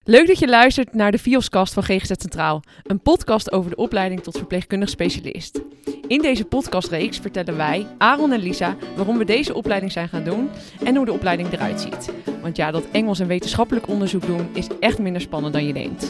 Leuk dat je luistert naar de VIOS-cast van GGZ Centraal, een podcast over de opleiding tot verpleegkundig specialist. In deze podcastreeks vertellen wij, Aaron en Lisa, waarom we deze opleiding zijn gaan doen en hoe de opleiding eruit ziet. Want ja, dat Engels en wetenschappelijk onderzoek doen is echt minder spannend dan je denkt.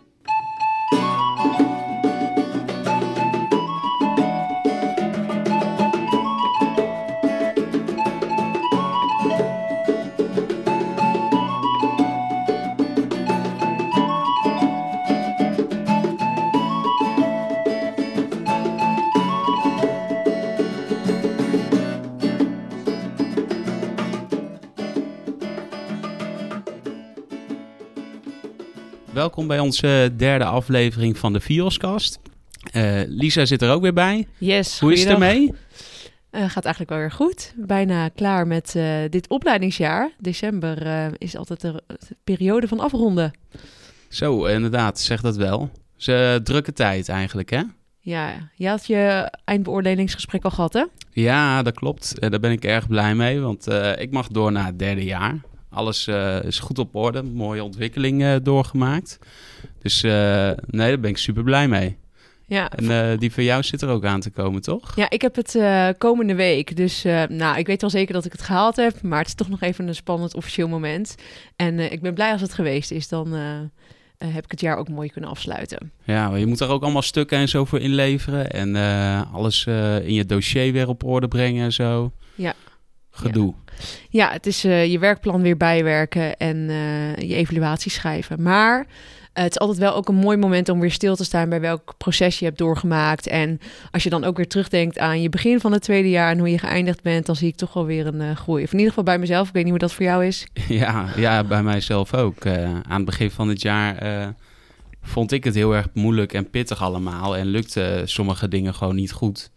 Welkom bij onze derde aflevering van de VIOS-cast. Lisa zit er ook weer bij. Yes, hoe is het ermee? Gaat eigenlijk wel weer goed. Bijna klaar met dit opleidingsjaar. December is altijd de periode van afronden. Zo, inderdaad, zeg dat wel. Het is een drukke tijd eigenlijk, hè? Ja, je had je eindbeoordelingsgesprek al gehad, hè? Ja, dat klopt. Daar ben ik erg blij mee, want ik mag door naar het derde jaar. Alles is goed op orde, mooie ontwikkeling doorgemaakt. Dus nee, daar ben ik super blij mee. Ja. En die van jou zit er ook aan te komen, toch? Ja, ik heb het komende week. Dus ik weet wel zeker dat ik het gehaald heb. Maar het is toch nog even een spannend officieel moment. En ik ben blij als het geweest is. Dan heb ik het jaar ook mooi kunnen afsluiten. Ja, maar je moet er ook allemaal stukken en zo voor inleveren. En alles in je dossier weer op orde brengen en zo. Ja. Gedoe. Ja, het is je werkplan weer bijwerken en je evaluatie schrijven. Maar het is altijd wel ook een mooi moment om weer stil te staan bij welk proces je hebt doorgemaakt. En als je dan ook weer terugdenkt aan je begin van het tweede jaar en hoe je geëindigd bent, dan zie ik toch wel weer een groei. Of in ieder geval bij mezelf. Ik weet niet hoe dat voor jou is. Ja, bij mijzelf ook. Aan het begin van het jaar vond ik het heel erg moeilijk en pittig allemaal. En lukte sommige dingen gewoon niet goed.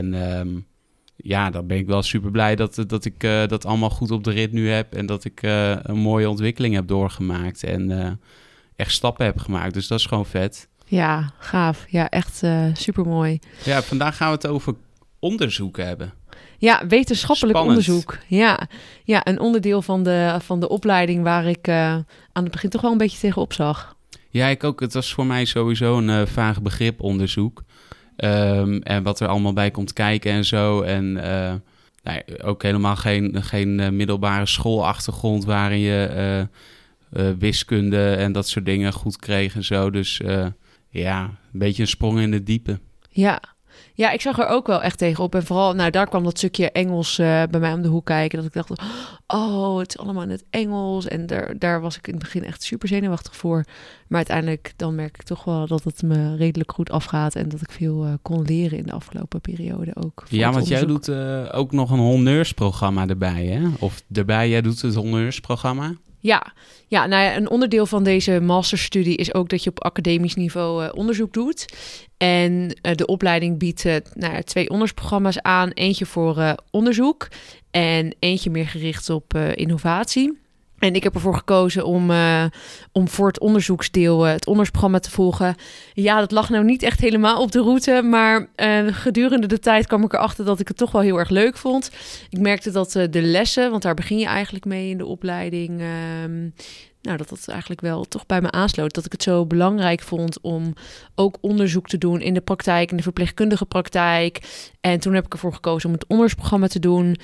En ja, dan ben ik wel super blij dat ik dat allemaal goed op de rit nu heb. En dat ik een mooie ontwikkeling heb doorgemaakt. En echt stappen heb gemaakt. Dus dat is gewoon vet. Ja, gaaf. Ja, echt super mooi. Ja, vandaag gaan we het over onderzoek hebben. Ja, wetenschappelijk Spannend. onderzoek. Ja, een onderdeel van de opleiding waar ik aan het begin toch wel een beetje tegenop zag. Ja, ik ook. Het was voor mij sowieso een vaag begrip, onderzoek. En wat er allemaal bij komt kijken en zo. En ook helemaal geen middelbare schoolachtergrond waarin je wiskunde en dat soort dingen goed kreeg en zo. Dus een beetje een sprong in de diepe. Ja, ik zag er ook wel echt tegenop. En vooral, daar kwam dat stukje Engels bij mij om de hoek kijken. Dat ik dacht, het is allemaal in het Engels. En daar was ik in het begin echt super zenuwachtig voor. Maar uiteindelijk dan merk ik toch wel dat het me redelijk goed afgaat. En dat ik veel kon leren in de afgelopen periode ook. Ja, want jij doet ook nog een honneursprogramma erbij, hè? Of erbij, jij doet het honneursprogramma? Ja, een onderdeel van deze masterstudie is ook dat je op academisch niveau onderzoek doet. En de opleiding biedt 2 onderzoeksprogramma's aan. Eentje voor onderzoek en eentje meer gericht op innovatie. En ik heb ervoor gekozen om voor het onderzoeksdeel het onderzoeksprogramma te volgen. Ja, dat lag nou niet echt helemaal op de route. Maar gedurende de tijd kwam ik erachter dat ik het toch wel heel erg leuk vond. Ik merkte dat de lessen, want daar begin je eigenlijk mee in de opleiding. Dat eigenlijk wel toch bij me aansloot. Dat ik het zo belangrijk vond om ook onderzoek te doen in de praktijk, in de verpleegkundige praktijk. En toen heb ik ervoor gekozen om het onderzoeksprogramma te doen.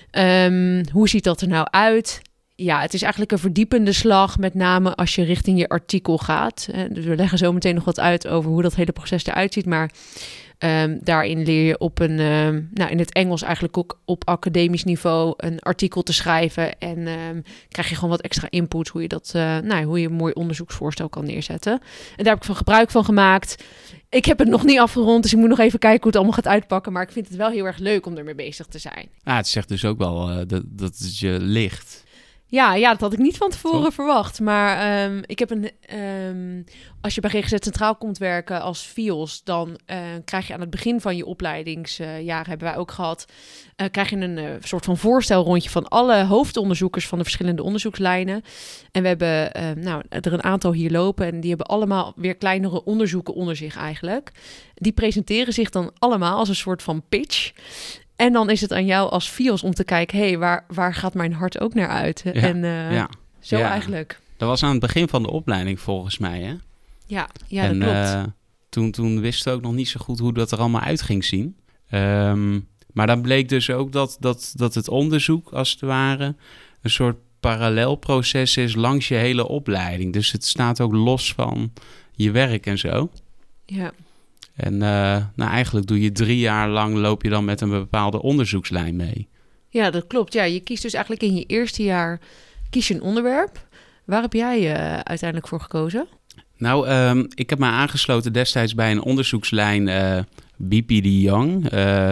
Hoe ziet dat er nou uit? Ja, het is eigenlijk een verdiepende slag, met name als je richting je artikel gaat. Dus we leggen zo meteen nog wat uit over hoe dat hele proces eruit ziet. Maar daarin leer je op in het Engels eigenlijk ook op academisch niveau een artikel te schrijven. En krijg je gewoon wat extra input hoe je een mooi onderzoeksvoorstel kan neerzetten. En daar heb ik gebruik van gemaakt. Ik heb het nog niet afgerond, dus ik moet nog even kijken hoe het allemaal gaat uitpakken. Maar ik vind het wel heel erg leuk om ermee bezig te zijn. Het zegt dus ook wel dat het je ligt. Ja, dat had ik niet van tevoren verwacht. Maar ik heb als je bij GGZ Centraal komt werken als VIOS, dan krijg je aan het begin van je opleidingsjaar, hebben wij ook gehad, krijg je een soort van voorstelrondje van alle hoofdonderzoekers van de verschillende onderzoekslijnen. En we hebben er een aantal hier lopen en die hebben allemaal weer kleinere onderzoeken onder zich eigenlijk. Die presenteren zich dan allemaal als een soort van pitch. En dan is het aan jou als VIOS om te kijken, waar gaat mijn hart ook naar uit? Ja, En zo ja. eigenlijk. Dat was aan het begin van de opleiding volgens mij, hè? Ja, dat klopt. Toen wisten we ook nog niet zo goed hoe dat er allemaal uit ging zien. Maar dan bleek dus ook dat het onderzoek, als het ware, een soort parallelproces is langs je hele opleiding. Dus het staat ook los van je werk en zo. Ja. En eigenlijk doe je 3 jaar lang, loop je dan met een bepaalde onderzoekslijn mee. Ja, dat klopt. Ja, je kiest dus eigenlijk in je eerste jaar kies je een onderwerp. Waar heb jij uiteindelijk voor gekozen? Nou, ik heb me aangesloten destijds bij een onderzoekslijn BPD Young.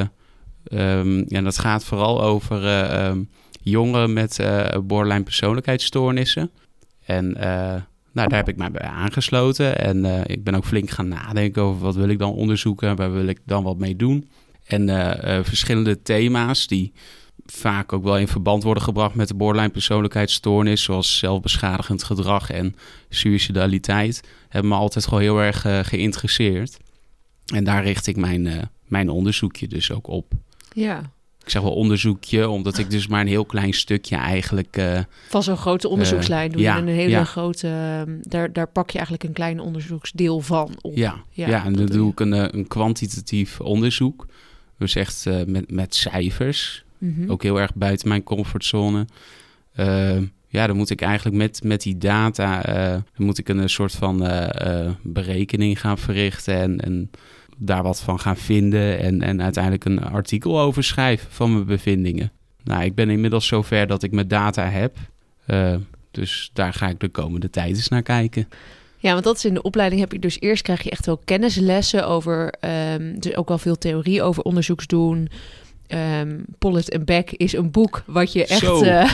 En dat gaat vooral over jongeren met borderline persoonlijkheidsstoornissen. En daar heb ik mij bij aangesloten. En ik ben ook flink gaan nadenken over wat wil ik dan onderzoeken, waar wil ik dan wat mee doen. En verschillende thema's die vaak ook wel in verband worden gebracht met de borderline persoonlijkheidsstoornis, zoals zelfbeschadigend gedrag en suïcidaliteit, hebben me altijd gewoon heel erg geïnteresseerd. En daar richt ik mijn onderzoekje dus ook op. Ja. Ik zeg wel onderzoekje, omdat ik dus maar een heel klein stukje eigenlijk... van zo'n grote onderzoekslijn doe je een hele grote... Daar pak je eigenlijk een klein onderzoeksdeel van op. Ja, en dan doe ik een kwantitatief onderzoek. Dus echt met cijfers. Mm-hmm. Ook heel erg buiten mijn comfortzone. Dan moet ik eigenlijk met die data... dan moet ik een soort van berekening gaan verrichten en daar wat van gaan vinden en uiteindelijk een artikel over schrijven van mijn bevindingen. Nou, ik ben inmiddels zover dat ik mijn data heb. Dus daar ga ik de komende tijd eens naar kijken. Ja, want dat is in de opleiding heb je dus eerst krijg je echt wel kennislessen over, dus ook wel veel theorie over onderzoeksdoen. Pollitt en Beck is een boek wat je echt...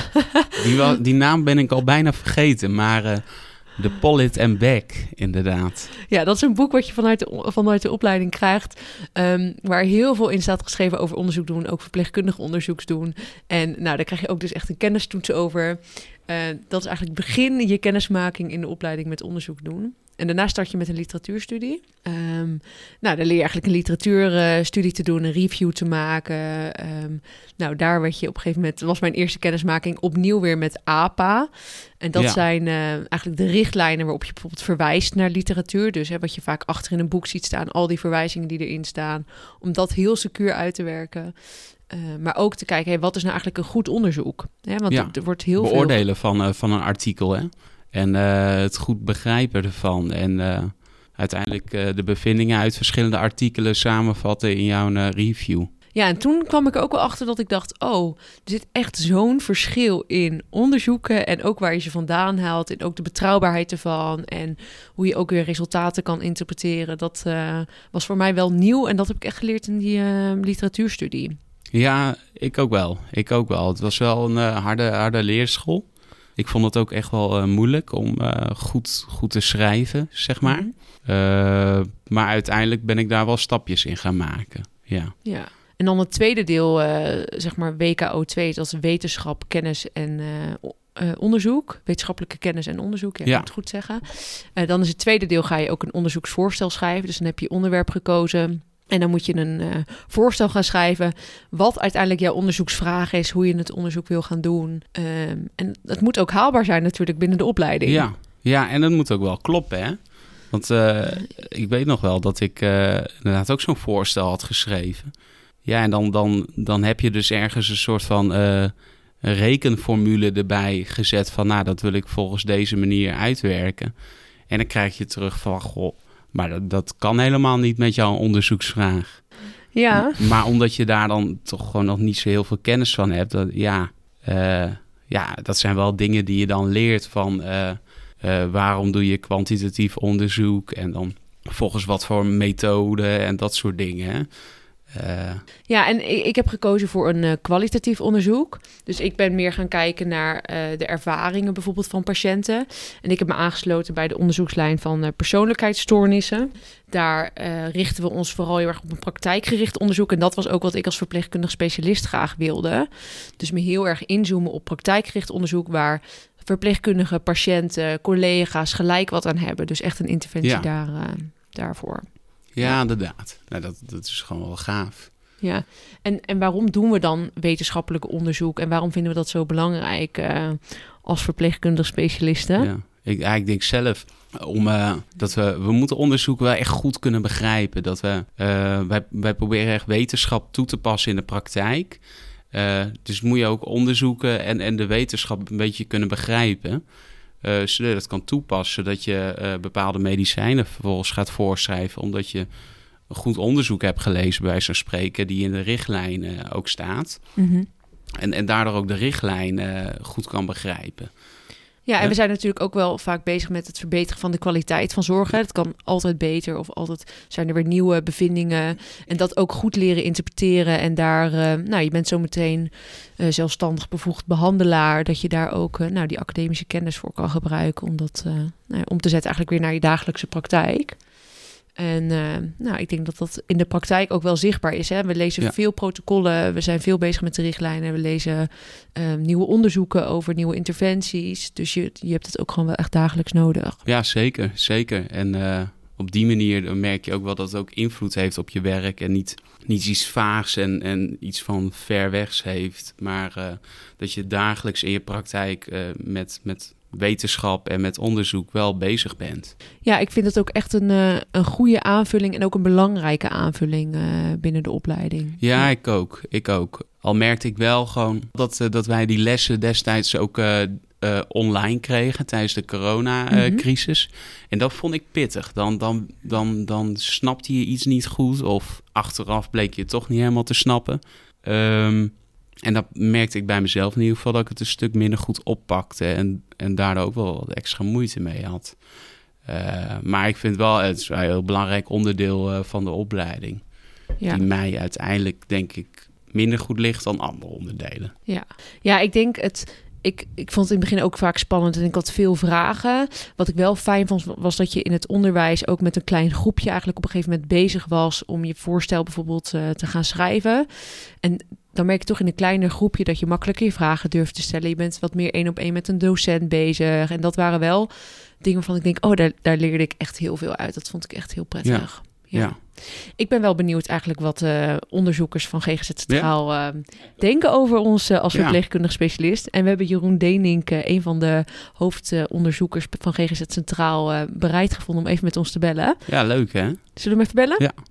Die naam ben ik al bijna vergeten, maar... De Pollitt en Beck, inderdaad. Ja, dat is een boek wat je vanuit de opleiding krijgt, waar heel veel in staat geschreven over onderzoek doen, ook verpleegkundig onderzoek doen. En nou, daar krijg je ook dus echt een kennistoets over. Dat is eigenlijk begin je kennismaking in de opleiding met onderzoek doen. En daarna start je met een literatuurstudie. Dan leer je eigenlijk een literatuurstudie te doen, een review te maken. Daar werd je op een gegeven moment... was mijn eerste kennismaking opnieuw weer met APA. En dat zijn eigenlijk de richtlijnen waarop je bijvoorbeeld verwijst naar literatuur. Dus wat je vaak achter in een boek ziet staan, al die verwijzingen die erin staan, om dat heel secuur uit te werken. Maar ook te kijken, wat is nou eigenlijk een goed onderzoek? Want er wordt heel beoordelen veel... van een artikel, hè? En het goed begrijpen ervan. En uiteindelijk de bevindingen uit verschillende artikelen samenvatten in jouw review. Ja, en toen kwam ik ook wel achter dat ik dacht... er zit echt zo'n verschil in onderzoeken... en ook waar je ze vandaan haalt... en ook de betrouwbaarheid ervan... en hoe je ook weer resultaten kan interpreteren. Dat was voor mij wel nieuw... en dat heb ik echt geleerd in die literatuurstudie. Ja, ik ook wel. Het was wel een harde leerschool. Ik vond het ook echt wel moeilijk om goed te schrijven, zeg maar. Mm-hmm. Maar uiteindelijk ben ik daar wel stapjes in gaan maken. Ja. En dan het tweede deel, WKO2, dat is wetenschap, kennis en onderzoek. Wetenschappelijke kennis en onderzoek, ik moet het goed zeggen. Dan is het tweede deel, ga je ook een onderzoeksvoorstel schrijven. Dus dan heb je onderwerp gekozen... En dan moet je een voorstel gaan schrijven wat uiteindelijk jouw onderzoeksvraag is, hoe je het onderzoek wil gaan doen. En het moet ook haalbaar zijn natuurlijk binnen de opleiding. Ja, en het moet ook wel kloppen, hè? Want ik weet nog wel dat ik inderdaad ook zo'n voorstel had geschreven. Ja, en dan heb je dus ergens een soort van een rekenformule erbij gezet van, dat wil ik volgens deze manier uitwerken. En dan krijg je terug van, goh, maar dat kan helemaal niet met jouw onderzoeksvraag. Ja. Maar omdat je daar dan toch gewoon nog niet zo heel veel kennis van hebt. Dat zijn wel dingen die je dan leert van... waarom doe je kwantitatief onderzoek? En dan volgens wat voor methode en dat soort dingen. Ja, en ik heb gekozen voor een kwalitatief onderzoek. Dus ik ben meer gaan kijken naar de ervaringen bijvoorbeeld van patiënten. En ik heb me aangesloten bij de onderzoekslijn van persoonlijkheidsstoornissen. Daar richten we ons vooral heel erg op een praktijkgericht onderzoek. En dat was ook wat ik als verpleegkundig specialist graag wilde. Dus me heel erg inzoomen op praktijkgericht onderzoek... waar verpleegkundige patiënten, collega's gelijk wat aan hebben. Dus echt een interventie daarvoor. Ja, inderdaad. Nou, dat is gewoon wel gaaf. Ja, en waarom doen we dan wetenschappelijk onderzoek? En waarom vinden we dat zo belangrijk als verpleegkundig specialisten? Ik denk zelf dat we moeten onderzoek wel echt goed kunnen begrijpen. Dat wij proberen echt wetenschap toe te passen in de praktijk. Dus moet je ook onderzoeken en de wetenschap een beetje kunnen begrijpen. Zodat je dat kan toepassen, zodat je bepaalde medicijnen vervolgens gaat voorschrijven, omdat je een goed onderzoek hebt gelezen, bij wijze van spreken, die in de richtlijn ook staat. Mm-hmm. En daardoor ook de richtlijn goed kan begrijpen. Ja, en we zijn natuurlijk ook wel vaak bezig met het verbeteren van de kwaliteit van zorg. Het kan altijd beter of altijd zijn er weer nieuwe bevindingen. En dat ook goed leren interpreteren. En daar, je bent zo meteen zelfstandig bevoegd behandelaar. Dat je daar ook die academische kennis voor kan gebruiken. Om dat om te zetten eigenlijk weer naar je dagelijkse praktijk. En ik denk dat dat in de praktijk ook wel zichtbaar is. Hè? We lezen veel protocollen, we zijn veel bezig met de richtlijnen. We lezen nieuwe onderzoeken over nieuwe interventies. Dus je hebt het ook gewoon wel echt dagelijks nodig. Ja, zeker. En op die manier merk je ook wel dat het ook invloed heeft op je werk. En niet iets vaags en iets van ver wegs heeft. Maar dat je dagelijks in je praktijk met wetenschap en met onderzoek wel bezig bent. Ja, ik vind het ook echt een goede aanvulling en ook een belangrijke aanvulling binnen de opleiding. Ja, ik ook. Al merkte ik wel gewoon dat wij die lessen destijds ook online kregen tijdens de coronacrisis. En dat vond ik pittig. Dan snapte je iets niet goed of achteraf bleek je het toch niet helemaal te snappen. En dat merkte ik bij mezelf in ieder geval, dat ik het een stuk minder goed oppakte en daardoor ook wel wat extra moeite mee had. Maar ik vind wel, het is een heel belangrijk onderdeel van de opleiding. Ja. Die mij uiteindelijk, denk ik, minder goed ligt dan andere onderdelen. Ja, ik denk Ik vond het in het begin ook vaak spannend en ik had veel vragen. Wat ik wel fijn vond, was dat je in het onderwijs ook met een klein groepje eigenlijk op een gegeven moment bezig was om je voorstel bijvoorbeeld te gaan schrijven. En dan merk je toch in een kleiner groepje dat je makkelijker je vragen durft te stellen. Je bent wat meer 1-op-1 met een docent bezig. En dat waren wel dingen waarvan ik denk, daar leerde ik echt heel veel uit. Dat vond ik echt heel prettig. Ja. Ik ben wel benieuwd eigenlijk wat onderzoekers van GGZ Centraal denken over ons als verpleegkundig specialist. En we hebben Jeroen Deenink, een van de hoofdonderzoekers van GGZ Centraal, bereid gevonden om even met ons te bellen. Ja, leuk hè? Zullen we hem even bellen? Ja.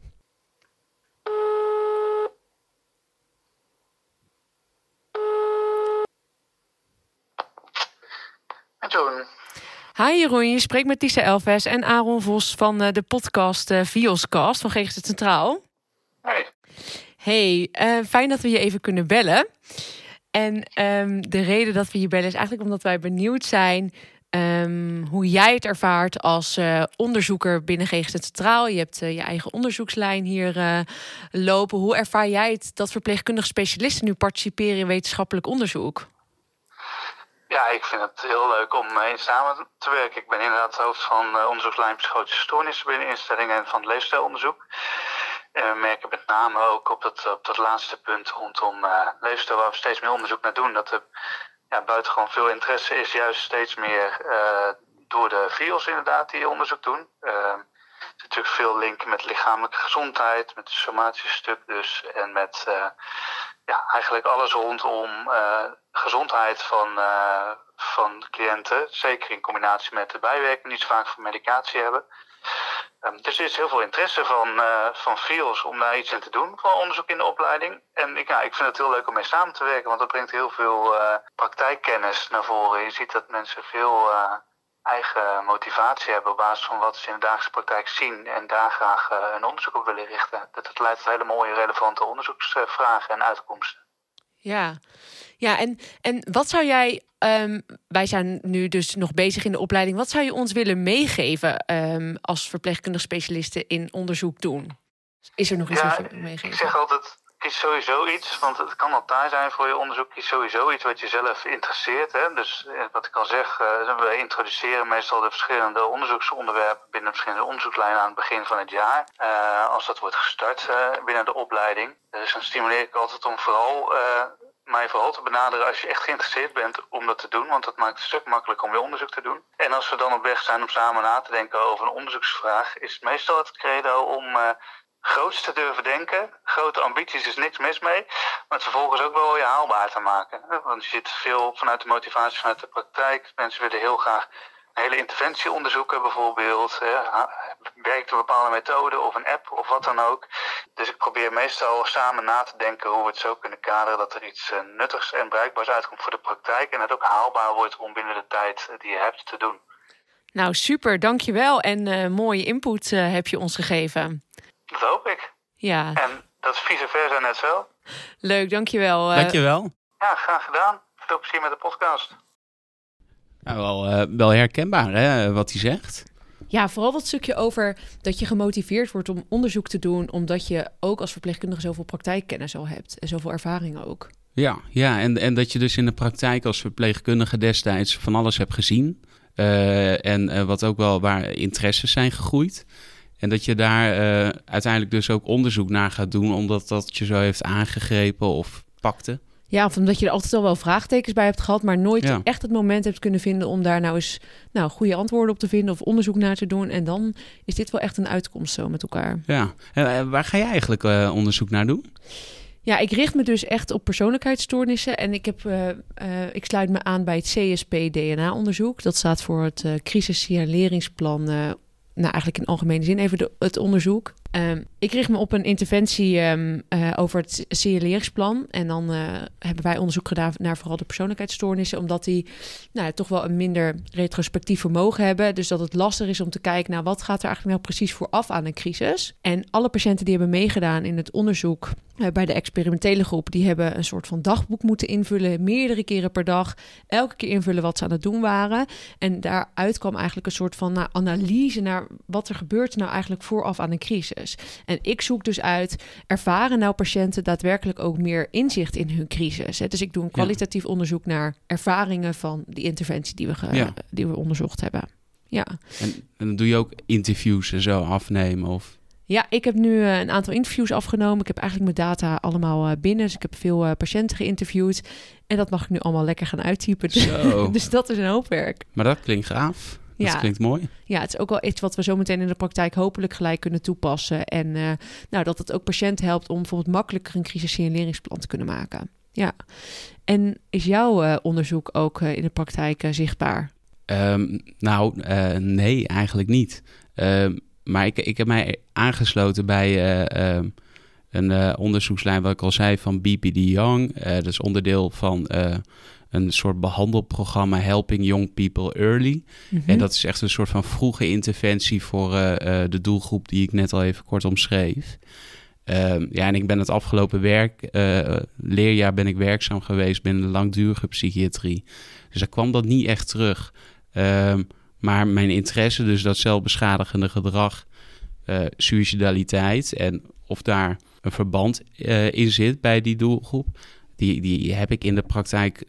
Jeroen. Hi Jeroen, je spreekt met Lisa Elves en Aaron Vos van de podcast Vioscast van GGZ Centraal. Hey, fijn dat we je even kunnen bellen. En de reden dat we je bellen is eigenlijk omdat wij benieuwd zijn hoe jij het ervaart als onderzoeker binnen GGZ Centraal. Je hebt je eigen onderzoekslijn hier lopen. Hoe ervaar jij het dat verpleegkundige specialisten nu participeren in wetenschappelijk onderzoek? Ja, ik vind het heel leuk om mee samen te werken. Ik ben inderdaad hoofd van onderzoekslijn psychotische stoornissen binnen instellingen en van het leefstijlonderzoek. En we merken met name ook op dat laatste punt rondom leefstijl, waar we steeds meer onderzoek naar doen, dat er buitengewoon veel interesse is, juist steeds meer door de VIOS inderdaad die onderzoek doen. Er is natuurlijk veel linken met lichamelijke gezondheid, met het somatische stuk dus, en met eigenlijk alles rondom gezondheid van cliënten. Zeker in combinatie met de bijwerkingen die ze vaak van medicatie hebben. Dus er is heel veel interesse van VIOS om daar iets in te doen, van onderzoek in de opleiding. En ik vind het heel leuk om mee samen te werken, want dat brengt heel veel praktijkkennis naar voren. Je ziet dat mensen veel eigen motivatie hebben op basis van wat ze in de dagelijkse praktijk zien en daar graag een onderzoek op willen richten. Dat leidt tot hele mooie, relevante onderzoeksvragen en uitkomsten. Ja, en wat zou jij, wij zijn nu dus nog bezig in de opleiding, wat zou je ons willen meegeven als verpleegkundig specialisten in onderzoek doen? Is er nog iets wat je meegeven? Ik zeg altijd, kies sowieso iets, want het kan al taai zijn voor je onderzoek. Kies sowieso iets wat je zelf interesseert. Hè? Dus wat ik al zeg, we introduceren meestal de verschillende onderzoeksonderwerpen binnen verschillende onderzoekslijnen aan het begin van het jaar. Als dat wordt gestart binnen de opleiding. Dus dan stimuleer ik altijd om mij vooral te benaderen als je echt geïnteresseerd bent om dat te doen. Want dat maakt het een stuk makkelijker om je onderzoek te doen. En als we dan op weg zijn om samen na te denken over een onderzoeksvraag, is het meestal het credo om groots te durven denken. Grote ambities is niks mis mee. Maar het vervolgens ook wel haalbaar te maken. Want je ziet veel vanuit de motivatie, vanuit de praktijk. Mensen willen heel graag hele interventieonderzoeken bijvoorbeeld. Werkt een bepaalde methode of een app of wat dan ook. Dus ik probeer meestal samen na te denken hoe we het zo kunnen kaderen dat er iets nuttigs en bruikbaars uitkomt voor de praktijk. En het ook haalbaar wordt om binnen de tijd die je hebt te doen. Nou, super, dankjewel. En mooie input heb je ons gegeven. Dat hoop ik. Ja. En dat is vice versa net zo. Leuk, dankjewel. Dankjewel. Ja, graag gedaan. Veel plezier met de podcast. Nou, wel herkenbaar hè, wat hij zegt. Ja, vooral dat stukje over dat je gemotiveerd wordt om onderzoek te doen, omdat je ook als verpleegkundige zoveel praktijkkennis al hebt en zoveel ervaring ook. Ja, en dat je dus in de praktijk als verpleegkundige destijds van alles hebt gezien. En wat ook wel waar interesses zijn gegroeid. En dat je daar uiteindelijk dus ook onderzoek naar gaat doen, omdat dat je zo heeft aangegrepen of pakte. Ja, of omdat je er altijd al wel vraagtekens bij hebt gehad, maar nooit echt het moment hebt kunnen vinden om daar nou eens goede antwoorden op te vinden of onderzoek naar te doen. En dan is dit wel echt een uitkomst zo met elkaar. Ja, waar ga je eigenlijk onderzoek naar doen? Ja, ik richt me dus echt op persoonlijkheidsstoornissen en ik sluit me aan bij het CSP-DNA-onderzoek. Dat staat voor het crisissignaleringsplan. Eigenlijk in algemene zin even het onderzoek. Ik richt me op een interventie over het signaleringsplan. En dan hebben wij onderzoek gedaan naar vooral de persoonlijkheidsstoornissen. Omdat die toch wel een minder retrospectief vermogen hebben. Dus dat het lastig is om te kijken naar wat gaat er eigenlijk nou precies vooraf aan een crisis. En alle patiënten die hebben meegedaan in het onderzoek bij de experimentele groep, die hebben een soort van dagboek moeten invullen, meerdere keren per dag, elke keer invullen wat ze aan het doen waren. En daaruit kwam eigenlijk een soort van analyse naar wat er gebeurt nou eigenlijk vooraf aan een crisis. En ik zoek dus uit, ervaren nou patiënten daadwerkelijk ook meer inzicht in hun crisis? Hè? Dus ik doe een kwalitatief onderzoek naar ervaringen van die interventie die we onderzocht hebben. Ja. En dan doe je ook interviews en zo afnemen of... Ja, ik heb nu een aantal interviews afgenomen. Ik heb eigenlijk mijn data allemaal binnen. Dus ik heb veel patiënten geïnterviewd. En dat mag ik nu allemaal lekker gaan uittypen. Dus dat is een hoop werk. Maar dat klinkt gaaf. Dat klinkt mooi. Ja, het is ook wel iets wat we zo meteen in de praktijk hopelijk gelijk kunnen toepassen. En dat het ook patiënten helpt om bijvoorbeeld makkelijker een crisissignaleringsplan te kunnen maken. Ja. En is jouw onderzoek ook in de praktijk zichtbaar? Nee, eigenlijk niet. Maar ik heb mij aangesloten bij een onderzoekslijn, wat ik al zei, van BPD Young. Dat is onderdeel van een soort behandelprogramma Helping Young People Early. Mm-hmm. En dat is echt een soort van vroege interventie voor de doelgroep die ik net al even kort omschreef. En ik ben het afgelopen leerjaar ben ik werkzaam geweest binnen de langdurige psychiatrie. Dus daar kwam dat niet echt terug. Maar mijn interesse, dus dat zelfbeschadigende gedrag, suïcidaliteit en of daar een verband in zit bij die doelgroep, die heb ik in de praktijk,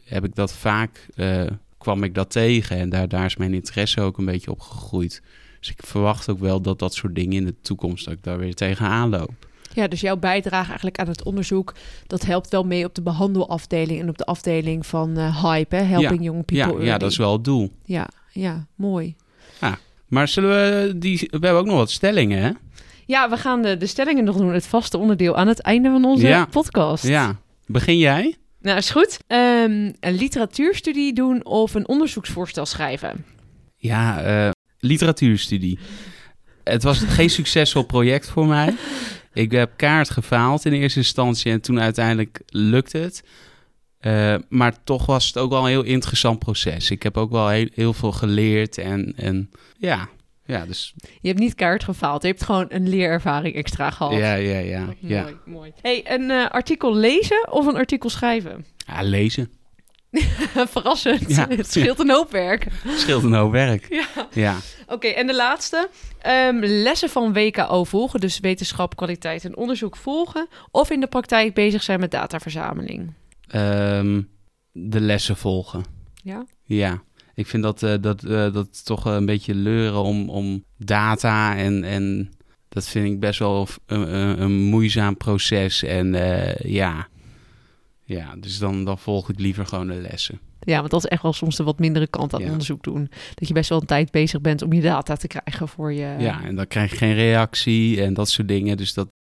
kwam ik dat tegen en daar is mijn interesse ook een beetje op gegroeid. Dus ik verwacht ook wel dat soort dingen in de toekomst, dat ik daar weer tegenaan loop. Ja, dus jouw bijdrage eigenlijk aan het onderzoek, dat helpt wel mee op de behandelafdeling en op de afdeling van Hype, hè? Helping Young People Early. Ja, dat is wel het doel. Ja, mooi. Ja, maar we hebben ook nog wat stellingen, hè? Ja, we gaan de stellingen nog doen, het vaste onderdeel aan het einde van onze podcast. Ja, begin jij? Nou, is goed. Een literatuurstudie doen of een onderzoeksvoorstel schrijven? Ja, literatuurstudie. Het was geen succesvol project voor mij. Ik heb kaart gefaald in eerste instantie en toen uiteindelijk lukte het. Maar toch was het ook wel een heel interessant proces. Ik heb ook wel heel veel geleerd en dus... Je hebt niet kaart gefaald, je hebt gewoon een leerervaring extra gehad. Ja. Mooi. Hey, een artikel lezen of een artikel schrijven? Ja, lezen. Verrassend. Ja. Het scheelt een hoop werk. Het scheelt een hoop werk. Ja. Oké, en de laatste. Lessen van WKO volgen, dus wetenschap, kwaliteit en onderzoek volgen, of in de praktijk bezig zijn met dataverzameling? De lessen volgen. Ja? Ja. Ik vind dat toch een beetje leuren om data en dat vind ik best wel een moeizaam proces. En dus dan volg ik liever gewoon de lessen. Ja, want dat is echt wel soms de wat mindere kant aan onderzoek doen. Dat je best wel een tijd bezig bent om je data te krijgen voor je... Ja, en dan krijg je geen reactie en dat soort dingen. Dus dat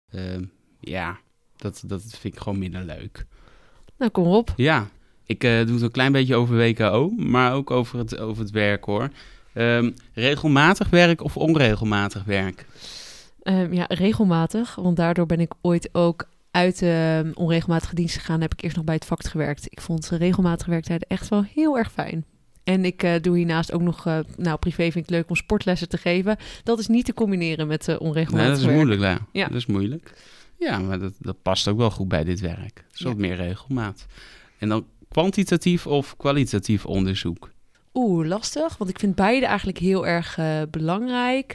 vind ik gewoon minder leuk. Nou, kom op. Ja, ik doe het een klein beetje over WKO, maar ook over het werk hoor. Regelmatig werk of onregelmatig werk? Ja, regelmatig. Want daardoor ben ik ooit ook uit de onregelmatige dienst gegaan. Heb ik eerst nog bij het vak gewerkt. Ik vond regelmatige werktijden echt wel heel erg fijn. En ik doe hiernaast ook nog, privé vind ik het leuk om sportlessen te geven. Dat is niet te combineren met onregelmatig werk. Dat is moeilijk, ja. Dat is moeilijk. Ja, maar dat past ook wel goed bij dit werk. Dus wat meer regelmaat. En dan kwantitatief of kwalitatief onderzoek? Lastig, want ik vind beide eigenlijk heel erg belangrijk.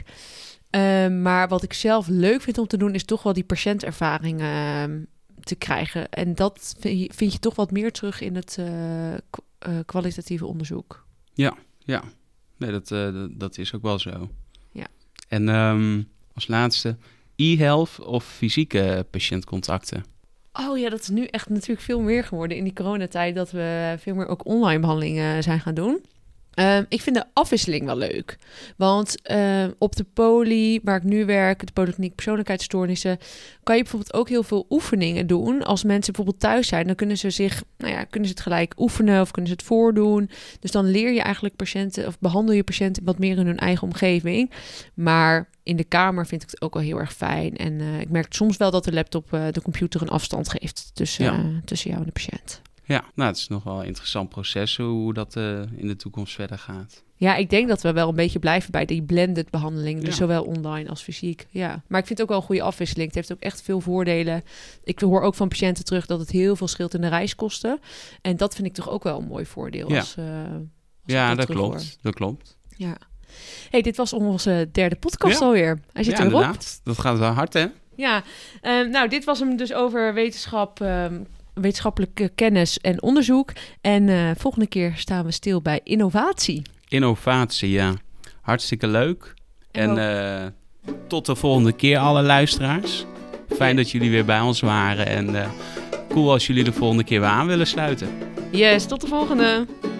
Maar wat ik zelf leuk vind om te doen, is toch wel die patiëntervaring te krijgen. En dat vind je toch wat meer terug in het kwalitatieve onderzoek. Ja. Nee, dat is ook wel zo. Ja. En als laatste, e-health of fysieke patiëntcontacten? Oh ja, dat is nu echt natuurlijk veel meer geworden in die coronatijd, dat we veel meer ook online behandelingen zijn gaan doen. Ik vind de afwisseling wel leuk. Want op de poli, waar ik nu werk, de polykliniek persoonlijkheidsstoornissen, kan je bijvoorbeeld ook heel veel oefeningen doen. Als mensen bijvoorbeeld thuis zijn, dan kunnen ze het gelijk oefenen of kunnen ze het voordoen. Dus dan leer je eigenlijk patiënten of behandel je patiënten wat meer in hun eigen omgeving. Maar in de kamer vind ik het ook wel heel erg fijn. En ik merk soms wel dat de laptop de computer een afstand geeft tussen jou en de patiënt. Ja, het is nog wel een interessant proces hoe dat in de toekomst verder gaat. Ja, ik denk dat we wel een beetje blijven bij die blended behandeling. Dus zowel online als fysiek. Ja. Maar ik vind het ook wel een goede afwisseling. Het heeft ook echt veel voordelen. Ik hoor ook van patiënten terug dat het heel veel scheelt in de reiskosten. En dat vind ik toch ook wel een mooi voordeel. Ja, dat klopt. Ja. Hey, dit was onze derde podcast alweer. Hij zit erop. Inderdaad. Dat gaat wel hard, hè? Ja, dit was hem dus over wetenschappelijke kennis en onderzoek. En volgende keer staan we stil bij innovatie. Innovatie, ja. Hartstikke leuk. En tot de volgende keer, alle luisteraars. Fijn dat jullie weer bij ons waren. En cool als jullie de volgende keer weer aan willen sluiten. Yes, tot de volgende.